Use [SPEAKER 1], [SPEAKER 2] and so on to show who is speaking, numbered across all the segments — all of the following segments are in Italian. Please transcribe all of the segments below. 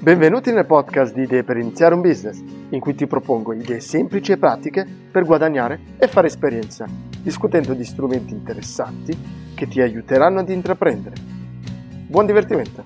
[SPEAKER 1] Benvenuti nel podcast di Idee per iniziare un business, in cui ti propongo idee semplici e pratiche per guadagnare e fare esperienza, discutendo di strumenti interessanti che ti aiuteranno ad intraprendere. Buon divertimento!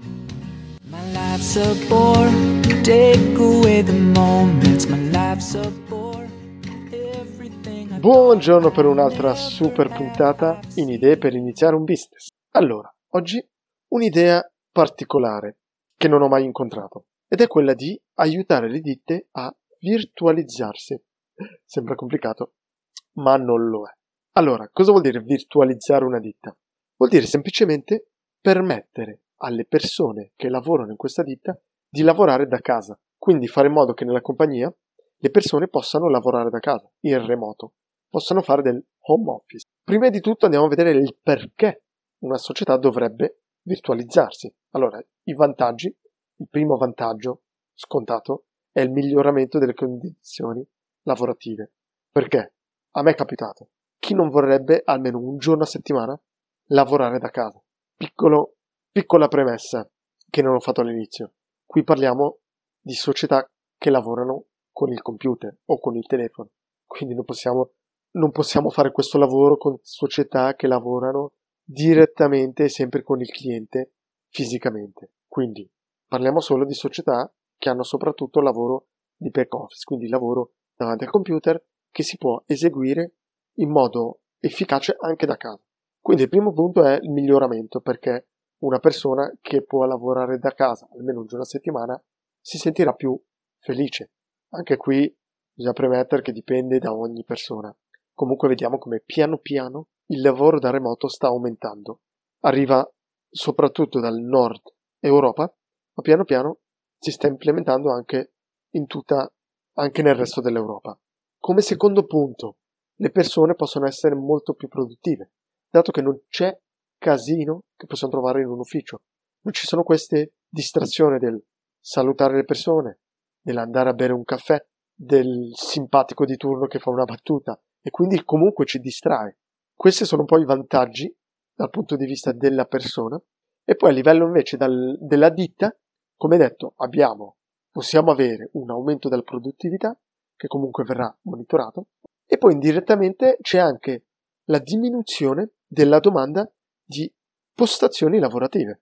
[SPEAKER 1] Buongiorno per un'altra super puntata in Idee per iniziare un business. Allora, oggi un'idea particolare che non ho mai incontrato ed è quella di aiutare le ditte a virtualizzarsi. Sembra complicato, ma non lo è. Allora, cosa vuol dire virtualizzare una ditta? Vuol dire semplicemente permettere alle persone che lavorano in questa ditta di lavorare da casa, quindi fare in modo che nella compagnia le persone possano lavorare da casa, in remoto, possano fare del home office. Prima di tutto andiamo a vedere il perché una società dovrebbe virtualizzarsi. Allora, i vantaggi. Il primo vantaggio scontato è il miglioramento delle condizioni lavorative. Perché? A me è capitato. Chi non vorrebbe almeno un giorno a settimana lavorare da casa? Piccola premessa che non ho fatto all'inizio. Qui parliamo di società che lavorano con il computer o con il telefono. Quindi non possiamo fare questo lavoro con società che lavorano direttamente e sempre con il cliente fisicamente. Quindi parliamo solo di società che hanno soprattutto lavoro di back office, quindi lavoro davanti al computer che si può eseguire in modo efficace anche da casa. Quindi il primo punto è il miglioramento, perché una persona che può lavorare da casa almeno un giorno a settimana si sentirà più felice. Anche qui bisogna premettere che dipende da ogni persona. Comunque vediamo come piano piano il lavoro da remoto sta aumentando. Arriva soprattutto dal nord Europa, ma piano piano si sta implementando anche nel resto dell'Europa. Come secondo punto, le persone possono essere molto più produttive, dato che non c'è casino che possiamo trovare in un ufficio. Non ci sono queste distrazioni del salutare le persone, dell'andare a bere un caffè, del simpatico di turno che fa una battuta, e quindi comunque ci distrae. Questi sono un po' i vantaggi dal punto di vista della persona. E poi a livello invece della ditta, come detto, possiamo avere un aumento della produttività, che comunque verrà monitorato, e poi indirettamente c'è anche la diminuzione della domanda di postazioni lavorative.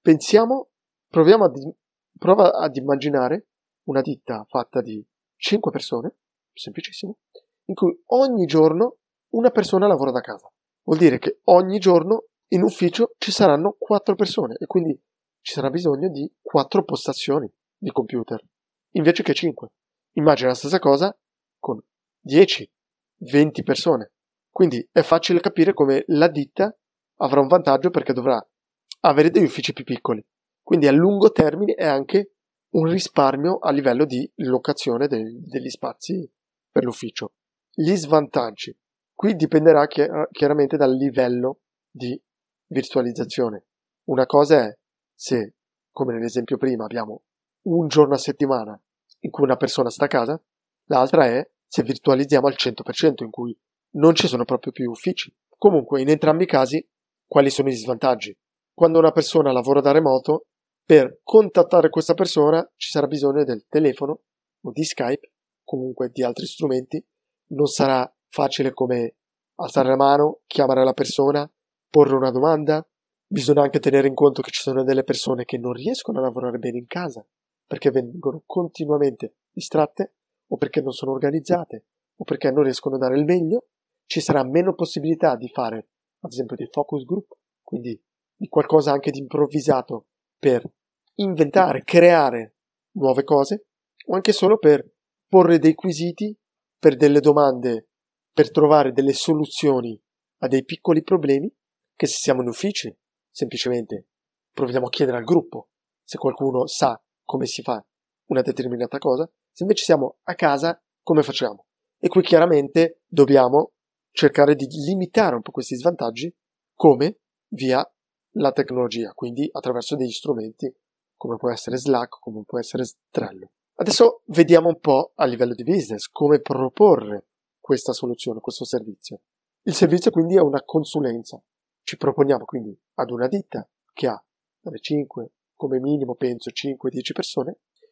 [SPEAKER 1] Prova ad immaginare una ditta fatta di 5 persone, semplicissimo, in cui ogni giorno una persona lavora da casa. Vuol dire che ogni giorno in ufficio ci saranno 4 persone e quindi ci sarà bisogno di 4 postazioni di computer invece che 5. Immagina la stessa cosa con 10, 20 persone. Quindi è facile capire come la ditta avrà un vantaggio perché dovrà avere degli uffici più piccoli. Quindi a lungo termine è anche un risparmio a livello di locazione degli spazi per l'ufficio. Gli svantaggi. Qui dipenderà chiaramente dal livello di virtualizzazione. Una cosa è se, come nell'esempio prima, abbiamo un giorno a settimana in cui una persona sta a casa, l'altra è se virtualizziamo al 100% in cui non ci sono proprio più uffici. Comunque, in entrambi i casi, quali sono gli svantaggi? Quando una persona lavora da remoto, per contattare questa persona ci sarà bisogno del telefono o di Skype, comunque di altri strumenti. Non sarà facile come alzare la mano, chiamare la persona, porre una domanda. Bisogna anche tenere in conto che ci sono delle persone che non riescono a lavorare bene in casa perché vengono continuamente distratte o perché non sono organizzate o perché non riescono a dare il meglio. Ci sarà meno possibilità di fare ad esempio dei focus group, quindi di qualcosa anche di improvvisato per inventare, creare nuove cose o anche solo per porre dei quesiti, per delle domande, per trovare delle soluzioni a dei piccoli problemi che se siamo in ufficio semplicemente proviamo a chiedere al gruppo se qualcuno sa come si fa una determinata cosa, se invece siamo a casa come facciamo? E qui chiaramente dobbiamo cercare di limitare un po' questi svantaggi come via la tecnologia, quindi attraverso degli strumenti come può essere Slack, come può essere Trello. Adesso vediamo un po' a livello di business come proporre questa soluzione, questo servizio. Il servizio quindi è una consulenza. Ci proponiamo quindi ad una ditta che ha dalle 5, come minimo penso 5-10 persone,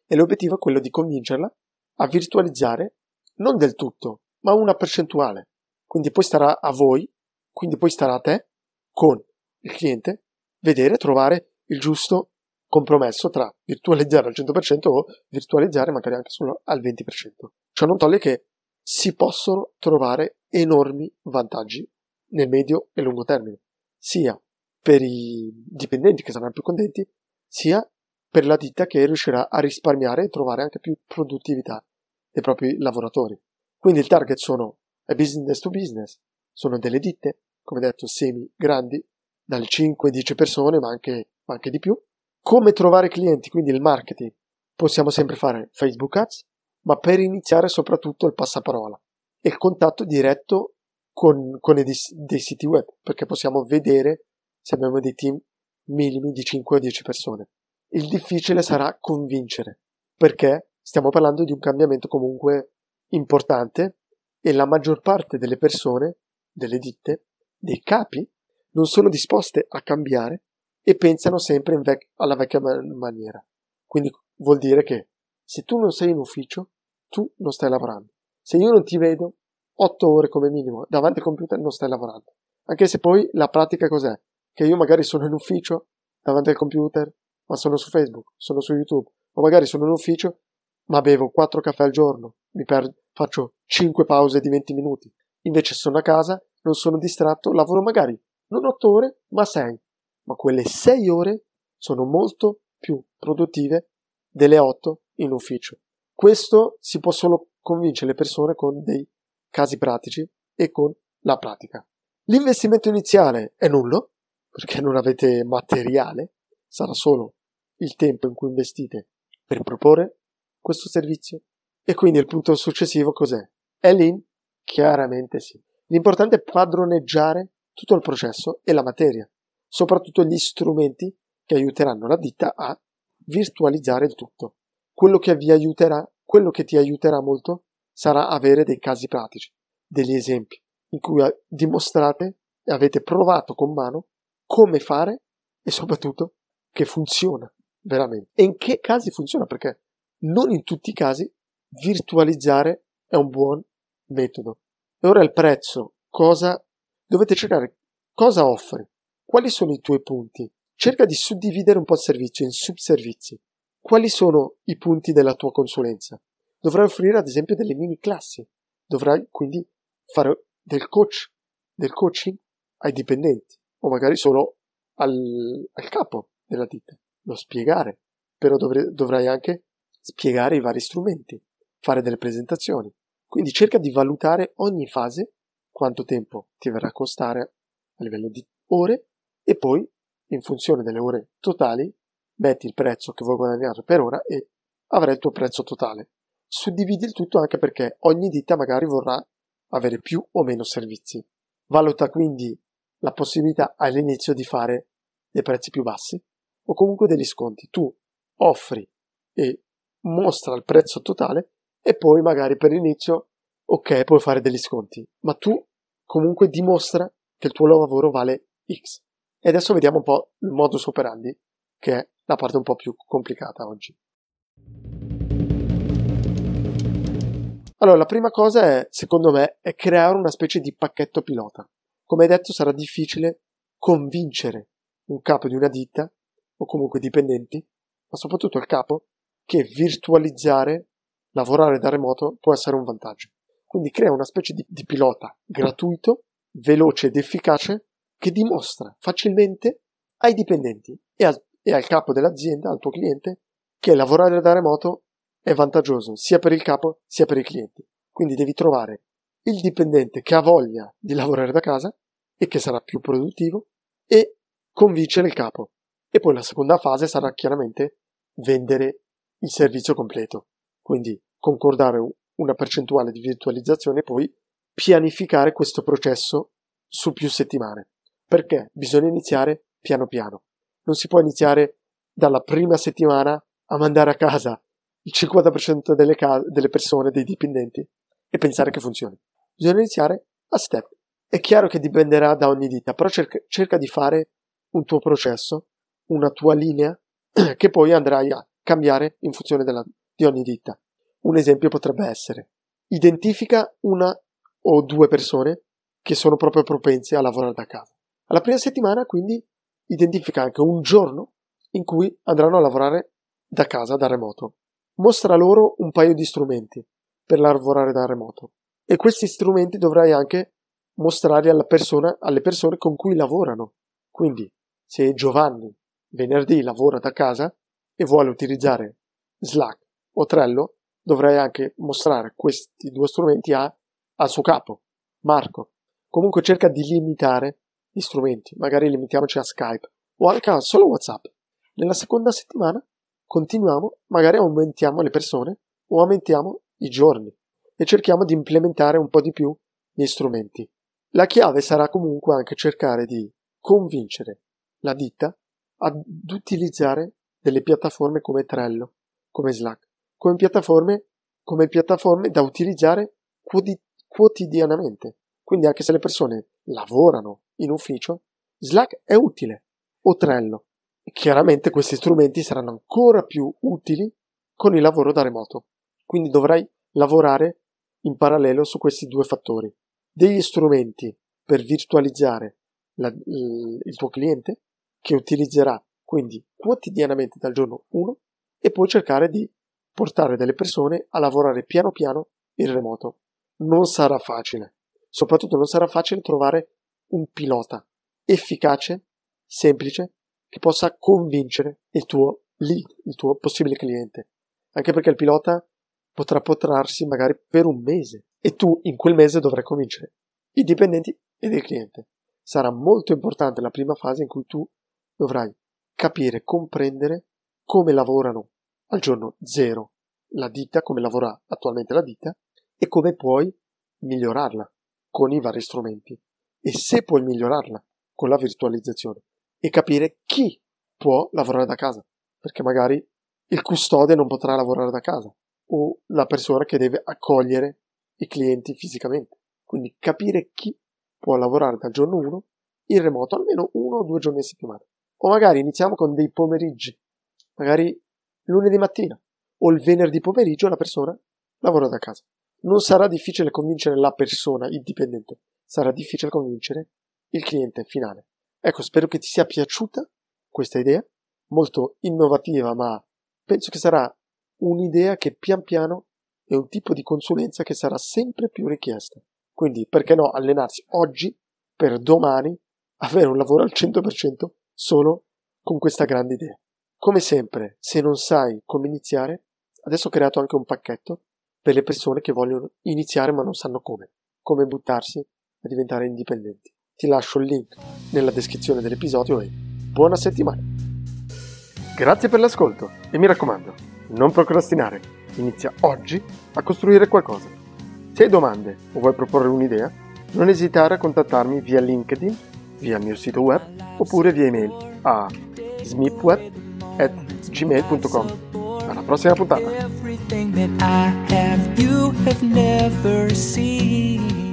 [SPEAKER 1] e l'obiettivo è quello di convincerla a virtualizzare non del tutto, ma una percentuale. Quindi poi starà a voi, quindi poi starà a te con il cliente vedere, trovare il giusto compromesso tra virtualizzare al 100% o virtualizzare magari anche solo al 20%. Ciò non toglie che si possono trovare enormi vantaggi nel medio e lungo termine, sia per i dipendenti che saranno più contenti, sia per la ditta che riuscirà a risparmiare e trovare anche più produttività dei propri lavoratori. Quindi il target è business to business, sono delle ditte, come detto, semi grandi, dalle 5-10 persone, ma anche di più. Come trovare clienti, quindi il marketing, possiamo sempre fare Facebook Ads, ma per iniziare soprattutto il passaparola e il contatto diretto con dei siti web, perché possiamo vedere se abbiamo dei team minimi di 5 o 10 persone. Il difficile sarà convincere, perché stiamo parlando di un cambiamento comunque importante e la maggior parte delle persone, delle ditte, dei capi, non sono disposte a cambiare e pensano sempre alla vecchia maniera. Quindi vuol dire che se tu non sei in ufficio, tu non stai lavorando. Se io non ti vedo 8 ore come minimo davanti al computer, non stai lavorando. Anche se poi la pratica cos'è? Che io magari sono in ufficio davanti al computer, ma sono su Facebook, sono su YouTube, o magari sono in ufficio, ma bevo 4 caffè al giorno, faccio 5 pause di 20 minuti. Invece sono a casa, non sono distratto, lavoro magari non 8 ore, ma 6. Ma quelle 6 ore sono molto più produttive delle 8 in ufficio. Questo si può solo convincere le persone con dei casi pratici e con la pratica. L'investimento iniziale è nullo, perché non avete materiale, sarà solo il tempo in cui investite per proporre questo servizio. E quindi il punto successivo cos'è? È lean? Chiaramente sì. L'importante è padroneggiare tutto il processo e la materia, soprattutto gli strumenti che aiuteranno la ditta a virtualizzare il tutto. Quello che ti aiuterà molto sarà avere dei casi pratici, degli esempi in cui dimostrate e avete provato con mano come fare e soprattutto che funziona veramente. E in che casi funziona? Perché non in tutti i casi virtualizzare è un buon metodo. E ora il prezzo, dovete cercare cosa offri, quali sono i tuoi punti. Cerca di suddividere un po' il servizio in subservizi. Quali sono i punti della tua consulenza? Dovrai offrire ad esempio delle mini classi. Dovrai quindi fare del coaching ai dipendenti o magari solo al capo della ditta. Lo spiegare, però dovrai anche spiegare i vari strumenti, fare delle presentazioni. Quindi cerca di valutare ogni fase, quanto tempo ti verrà a costare a livello di ore e poi in funzione delle ore totali metti il prezzo che vuoi guadagnare per ora e avrai il tuo prezzo totale. Suddividi il tutto anche perché ogni ditta magari vorrà avere più o meno servizi. Valuta quindi la possibilità all'inizio di fare dei prezzi più bassi o comunque degli sconti. Tu offri e mostra il prezzo totale e poi magari per l'inizio puoi fare degli sconti, ma tu comunque dimostra che il tuo lavoro vale X. E adesso vediamo un po' il modus operandi, che è la parte un po' più complicata oggi. Allora, la prima cosa secondo me, è creare una specie di pacchetto pilota. Come detto, sarà difficile convincere un capo di una ditta, o comunque dipendenti, ma soprattutto il capo, che virtualizzare, lavorare da remoto può essere un vantaggio. Quindi crea una specie di pilota gratuito, veloce ed efficace, che dimostra facilmente ai dipendenti e al capo dell'azienda, al tuo cliente, che lavorare da remoto è vantaggioso sia per il capo sia per i clienti. Quindi devi trovare il dipendente che ha voglia di lavorare da casa e che sarà più produttivo e convincere il capo. E poi la seconda fase sarà chiaramente vendere il servizio completo. Quindi concordare una percentuale di virtualizzazione e poi pianificare questo processo su più settimane. Perché bisogna iniziare piano piano. Non si può iniziare dalla prima settimana a mandare a casa il 50% delle persone, dei dipendenti, e pensare che funzioni. Bisogna iniziare a step. È chiaro che dipenderà da ogni ditta, però cerca di fare un tuo processo, una tua linea, che poi andrai a cambiare in funzione di ogni ditta. Un esempio potrebbe essere: identifica una o due persone che sono proprio propense a lavorare da casa. Alla prima settimana, quindi, identifica anche un giorno in cui andranno a lavorare da casa, da remoto. Mostra loro un paio di strumenti per lavorare da remoto. E questi strumenti dovrai anche mostrare alle persone con cui lavorano. Quindi, se Giovanni venerdì lavora da casa e vuole utilizzare Slack o Trello, dovrai anche mostrare questi due strumenti al suo capo, Marco. Comunque cerca di limitare gli strumenti, magari limitiamoci a Skype o anche a solo WhatsApp. Nella seconda settimana continuiamo, magari aumentiamo le persone o aumentiamo i giorni e cerchiamo di implementare un po' di più gli strumenti. La chiave sarà comunque anche cercare di convincere la ditta ad utilizzare delle piattaforme come Trello, come Slack, come piattaforme da utilizzare quotidianamente. Quindi anche se le persone lavorano in ufficio, Slack è utile, o Trello. E chiaramente questi strumenti saranno ancora più utili con il lavoro da remoto. Quindi dovrai lavorare in parallelo su questi due fattori. Degli strumenti per virtualizzare il tuo cliente, che utilizzerà quindi quotidianamente dal giorno 1, e poi cercare di portare delle persone a lavorare piano piano in remoto. Non sarà facile, soprattutto non sarà facile trovare un pilota efficace, semplice, che possa convincere il tuo lead, il tuo possibile cliente, anche perché il pilota potrà potrarsi magari per un mese e tu in quel mese dovrai convincere i dipendenti ed il cliente. Sarà molto importante la prima fase in cui tu dovrai capire, comprendere come lavorano al giorno 0 la ditta, come lavora attualmente la ditta e come puoi migliorarla con i vari strumenti e se puoi migliorarla con la virtualizzazione e capire chi può lavorare da casa, perché magari il custode non potrà lavorare da casa o la persona che deve accogliere i clienti fisicamente. Quindi capire chi può lavorare dal giorno 1 in remoto almeno 1 o 2 giorni a settimana. O magari iniziamo con dei pomeriggi, magari lunedì mattina o il venerdì pomeriggio la persona lavora da casa. Non sarà difficile convincere la persona, il dipendente, sarà difficile convincere il cliente finale. Ecco, spero che ti sia piaciuta questa idea, molto innovativa, ma penso che sarà un'idea che pian piano è un tipo di consulenza che sarà sempre più richiesta. Quindi, perché no, allenarsi oggi per domani avere un lavoro al 100% solo con questa grande idea. Come sempre, se non sai come iniziare, adesso ho creato anche un pacchetto per le persone che vogliono iniziare ma non sanno come buttarsi a diventare indipendenti. Ti lascio il link nella descrizione dell'episodio e buona settimana! Grazie per l'ascolto e mi raccomando, non procrastinare, inizia oggi a costruire qualcosa. Se hai domande o vuoi proporre un'idea, non esitare a contattarmi via LinkedIn, via il mio sito web oppure via email a smipweb@gmail.com. Alla prossima puntata!